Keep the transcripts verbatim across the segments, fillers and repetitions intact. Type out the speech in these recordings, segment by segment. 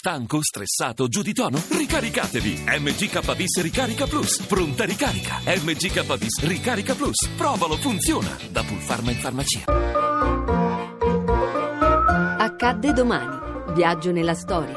Stanco, stressato, giù di tono? Ricaricatevi! M G K Bis Ricarica Plus. Pronta ricarica. M G K Bis Ricarica Plus. Provalo, funziona. Da Pulpharma in farmacia. Accadde domani. Viaggio nella storia.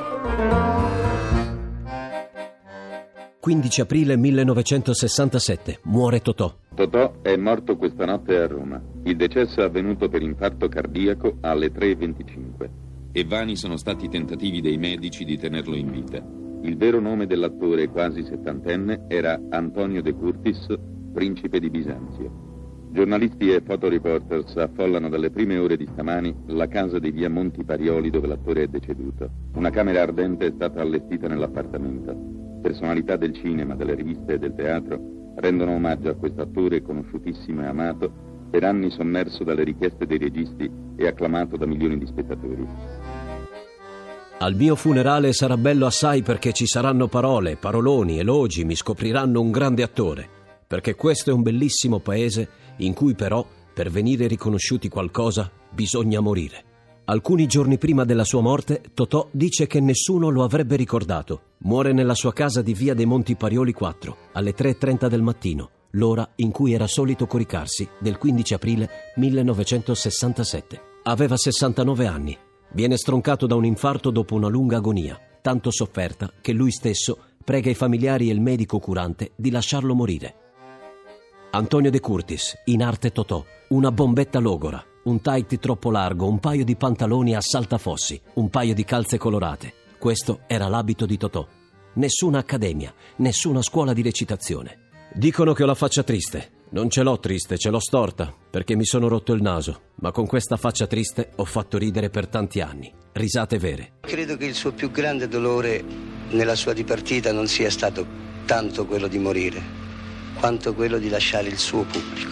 quindici aprile millenovecentosessantasette. Muore Totò. Totò è morto questa notte a Roma. Il decesso è avvenuto per infarto cardiaco alle tre e venticinque. E vani sono stati i tentativi dei medici di tenerlo in vita. Il vero nome dell'attore quasi settantenne era Antonio De Curtis, principe di Bisanzio. Giornalisti e fotoreporters affollano dalle prime ore di stamani la casa di via Monti Parioli dove l'attore è deceduto. Una camera ardente è stata allestita nell'appartamento. Personalità del cinema, delle riviste e del teatro rendono omaggio a questo attore conosciutissimo e amato, per anni sommerso dalle richieste dei registi e acclamato da milioni di spettatori. Al mio funerale sarà bello assai perché ci saranno parole, paroloni, elogi, mi scopriranno un grande attore. Perché questo è un bellissimo paese in cui però, per venire riconosciuti qualcosa, bisogna morire. Alcuni giorni prima della sua morte, Totò dice che nessuno lo avrebbe ricordato. Muore nella sua casa di via dei Monti Parioli quattro, alle tre e trenta del mattino, l'ora in cui era solito coricarsi, del quindici aprile millenovecentosessantasette. Aveva sessantanove anni. Viene stroncato da un infarto dopo una lunga agonia, tanto sofferta che lui stesso prega i familiari e il medico curante di lasciarlo morire. Antonio De Curtis, in arte Totò, una bombetta logora, un tight troppo largo, un paio di pantaloni a saltafossi, un paio di calze colorate. Questo era l'abito di Totò. Nessuna accademia, nessuna scuola di recitazione. Dicono che ho la faccia triste. Non ce l'ho triste, ce l'ho storta, perché mi sono rotto il naso. Ma con questa faccia triste ho fatto ridere per tanti anni. Risate vere. Credo che il suo più grande dolore nella sua dipartita non sia stato tanto quello di morire, quanto quello di lasciare il suo pubblico.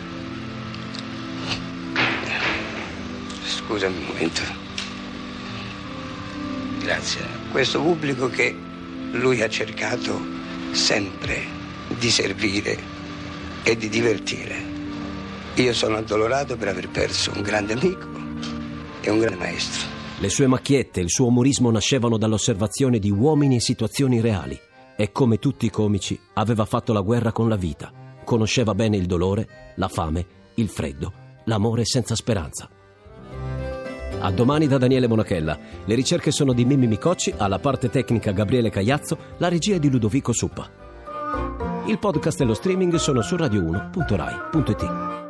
Scusami un momento. Grazie. Questo pubblico che lui ha cercato sempre di servire e di divertire. Io sono addolorato per aver perso un grande amico e un grande maestro. Le sue macchiette, il suo umorismo nascevano dall'osservazione di uomini e situazioni reali. E come tutti i comici aveva fatto la guerra con la vita. Conosceva bene il dolore, la fame, il freddo, l'amore senza speranza. A domani da Daniele Monachella. Le ricerche sono di Mimmi Micocci, alla parte tecnica Gabriele Cagliazzo, la regia è di Ludovico Suppa. Il podcast e lo streaming sono su radio uno punto rai punto it.